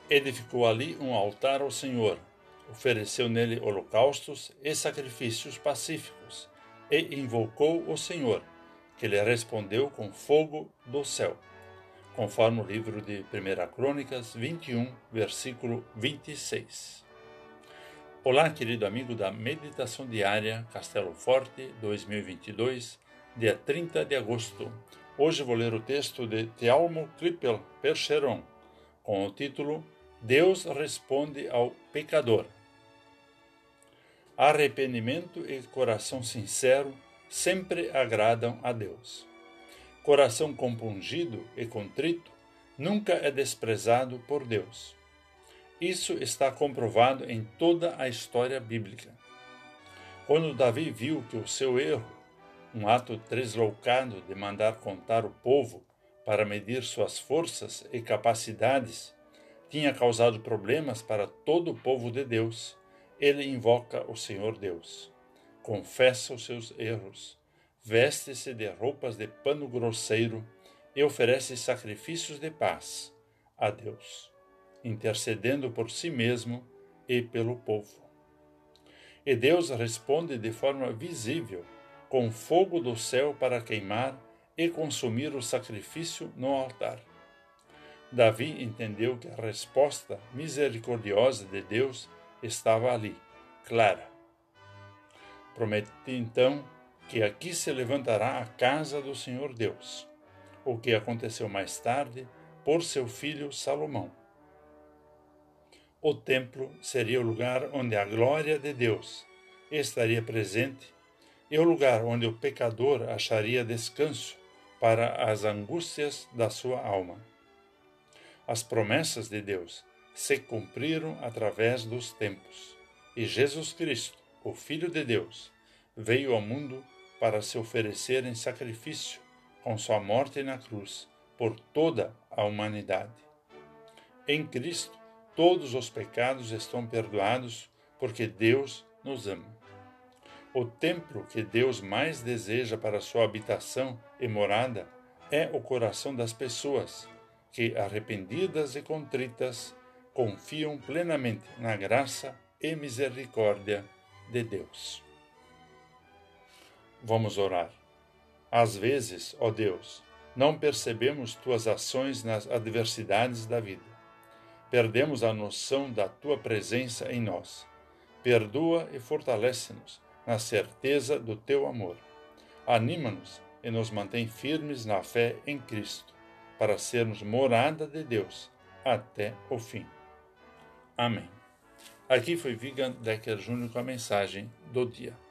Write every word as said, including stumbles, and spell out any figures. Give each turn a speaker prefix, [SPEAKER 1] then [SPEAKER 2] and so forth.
[SPEAKER 1] Edificou ali um altar ao Senhor, ofereceu nele holocaustos e sacrifícios pacíficos, e invocou o Senhor, que lhe respondeu com fogo do céu, conforme o livro de primeira Crônicas vinte e um, versículo vinte e seis. Olá, querido amigo da Meditação Diária Castelo Forte dois mil e vinte e dois, dia trinta de agosto. Hoje vou ler o texto de Thelmo Krippel Percheron, com o título Deus responde ao pecador. Arrependimento e coração sincero sempre agradam a Deus. Coração compungido e contrito nunca é desprezado por Deus. Isso está comprovado em toda a história bíblica. Quando Davi viu que o seu erro, um ato tresloucado de mandar contar o povo para medir suas forças e capacidades, tinha causado problemas para todo o povo de Deus, ele invoca o Senhor Deus, confessa os seus erros, veste-se de roupas de pano grosseiro e oferece sacrifícios de paz a Deus, intercedendo por si mesmo e pelo povo. E Deus responde de forma visível, com fogo do céu para queimar e consumir o sacrifício no altar. Davi entendeu que a resposta misericordiosa de Deus estava ali, clara. Promete então que aqui se levantará a casa do Senhor Deus, o que aconteceu mais tarde por seu filho Salomão. O templo seria o lugar onde a glória de Deus estaria presente e o lugar onde o pecador acharia descanso para as angústias da sua alma. As promessas de Deus se cumpriram através dos tempos, e Jesus Cristo, o Filho de Deus, veio ao mundo para se oferecer em sacrifício com sua morte na cruz por toda a humanidade. Em Cristo, todos os pecados estão perdoados porque Deus nos ama. O templo que Deus mais deseja para sua habitação e morada é o coração das pessoas, que, arrependidas e contritas, confiam plenamente na graça e misericórdia de Deus. Vamos orar. Às vezes, ó Deus, não percebemos tuas ações nas adversidades da vida. Perdemos a noção da tua presença em nós. Perdoa e fortalece-nos na certeza do teu amor. Anima-nos e nos mantém firmes na fé em Cristo, para sermos morada de Deus até o fim. Amém. Aqui foi Vigan Decker Júnior com a mensagem do dia.